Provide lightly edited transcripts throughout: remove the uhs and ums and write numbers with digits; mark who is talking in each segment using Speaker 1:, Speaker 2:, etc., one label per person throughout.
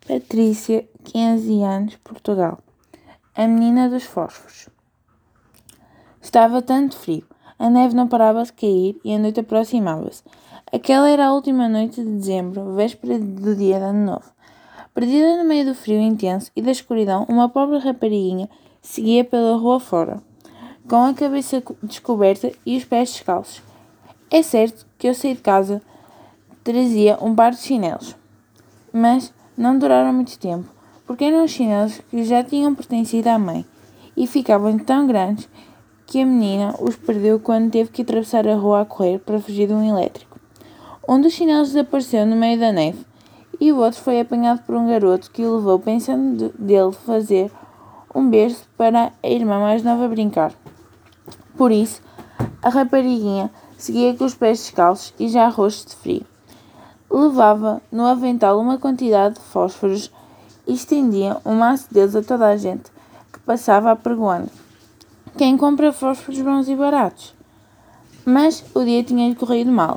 Speaker 1: Patrícia, 15 anos, Portugal. A menina dos fósforos. Estava tanto frio. A neve não parava de cair e a noite aproximava-se. Aquela era a última noite de dezembro, véspera do dia de Ano Novo. Perdida no meio do frio intenso e da escuridão, uma pobre rapariguinha seguia pela rua fora, com a cabeça descoberta e os pés descalços. É certo que eu saí de casa, trazia um par de chinelos, mas não duraram muito tempo, porque eram os chinelos que já tinham pertencido à mãe e ficavam tão grandes que a menina os perdeu quando teve que atravessar a rua a correr para fugir de um elétrico. Um dos chinelos desapareceu no meio da neve e o outro foi apanhado por um garoto que o levou pensando dele fazer um berço para a irmã mais nova brincar. Por isso, a rapariguinha seguia com os pés descalços e já roxos de frio. Levava no avental uma quantidade de fósforos e estendia um maço deles a toda a gente que passava apregoando: quem compra fósforos bons e baratos? Mas o dia tinha-lhe corrido mal.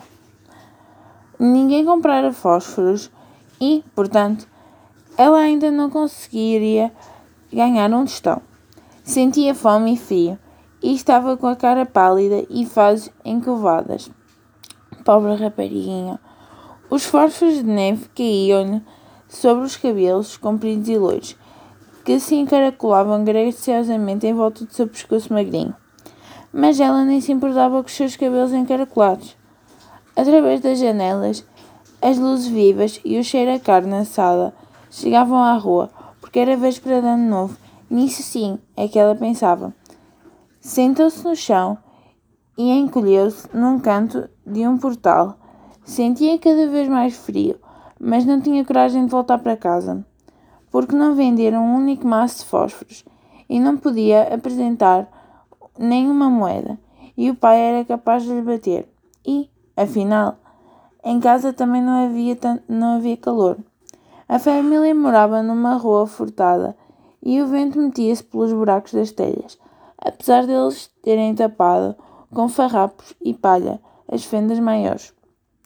Speaker 1: Ninguém comprara fósforos e, portanto, ela ainda não conseguiria ganhar um tostão. Sentia fome e frio e estava com a cara pálida e faces encovadas. Pobre rapariguinha. Os fósforos de neve caíam-lhe sobre os cabelos compridos e loiros, que se encaracolavam graciosamente em volta do seu pescoço magrinho. Mas ela nem se importava com os seus cabelos encaracolados. Através das janelas, as luzes vivas e o cheiro a carne assada chegavam à rua, porque era véspera de Ano Novo. Nisso sim é que ela pensava. Sentou-se no chão e encolheu-se num canto de um portal. Sentia cada vez mais frio, mas não tinha coragem de voltar para casa, porque não venderam um único maço de fósforos e não podia apresentar nenhuma moeda, e o pai era capaz de lhe bater. E, afinal, em casa também não havia calor. A família morava numa rua furtada e o vento metia-se pelos buracos das telhas, apesar deles terem tapado com farrapos e palha as fendas maiores.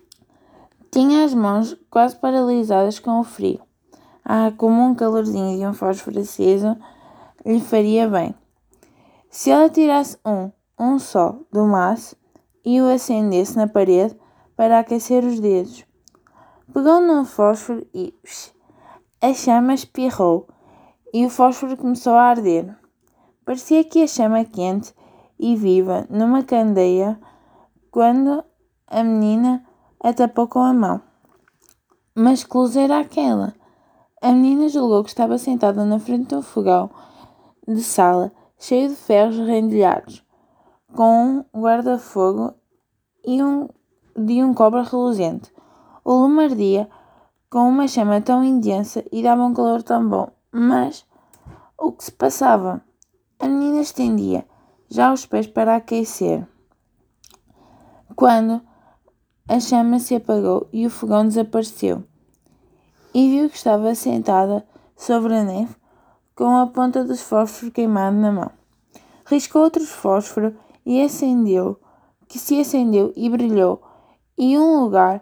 Speaker 1: Tinha as mãos quase paralisadas com o frio. Como um calorzinho de um fósforo aceso lhe faria bem. Se ela tirasse um só do maço e o acendesse na parede para aquecer os dedos. Pegou num fósforo e a chama espirrou e o fósforo começou a arder. Parecia que a chama quente e viva numa candeia quando a menina a tapou com a mão. Mas que luz era aquela? A menina julgou que estava sentada na frente de um fogão de sala cheio de ferros rendilhados, com um guarda-fogo e de um cobre reluzente. O lume ardia com uma chama tão intensa e dava um calor tão bom. Mas o que se passava? A menina estendia já os pés para aquecer, quando a chama se apagou e o fogão desapareceu, e viu que estava sentada sobre a neve com a ponta dos fósforos queimado na mão. Riscou outros fósforos e se acendeu e brilhou, e um lugar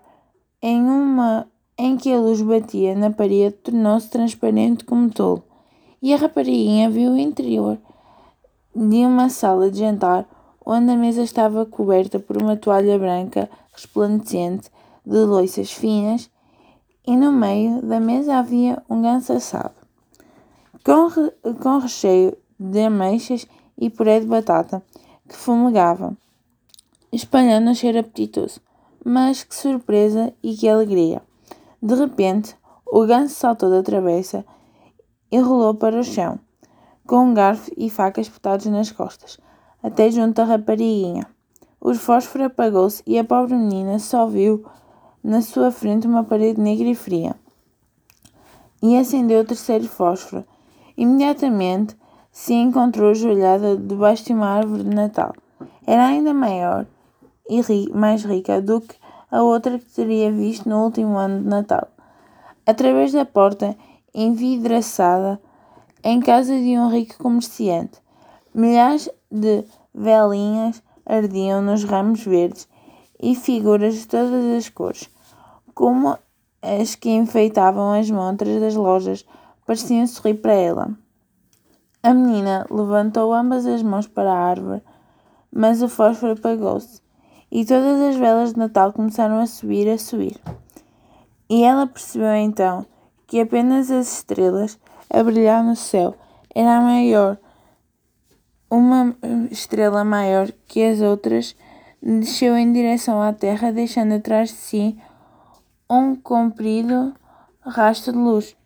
Speaker 1: em que a luz batia na parede tornou-se transparente como tolo, e a rapariguinha viu o interior de uma sala de jantar onde a mesa estava coberta por uma toalha branca resplandecente de louças finas, e no meio da mesa havia um ganso assado, com recheio de ameixas e puré de batata, que fumegava, espalhando um cheiro apetitoso. Mas que surpresa e que alegria! De repente, o ganso saltou da travessa e rolou para o chão, com um garfo e faca espetados nas costas, até junto à rapariguinha. O fósforo apagou-se e a pobre menina só viu na sua frente uma parede negra e fria. E acendeu o terceiro fósforo. Imediatamente se encontrou ajoelhada debaixo de uma árvore de Natal. Era ainda maior e mais rica do que a outra que teria visto no último ano de Natal. Através da porta envidraçada em casa de um rico comerciante, milhares de velinhas ardiam nos ramos verdes e figuras de todas as cores, como as que enfeitavam as montras das lojas pareciam sorrir para ela. A menina levantou ambas as mãos para a árvore, mas o fósforo apagou-se, e todas as velas de Natal começaram a subir, E ela percebeu então que apenas as estrelas a brilhar no céu era uma estrela maior que as outras desceu em direção à terra, deixando atrás de si um comprido rastro de luz.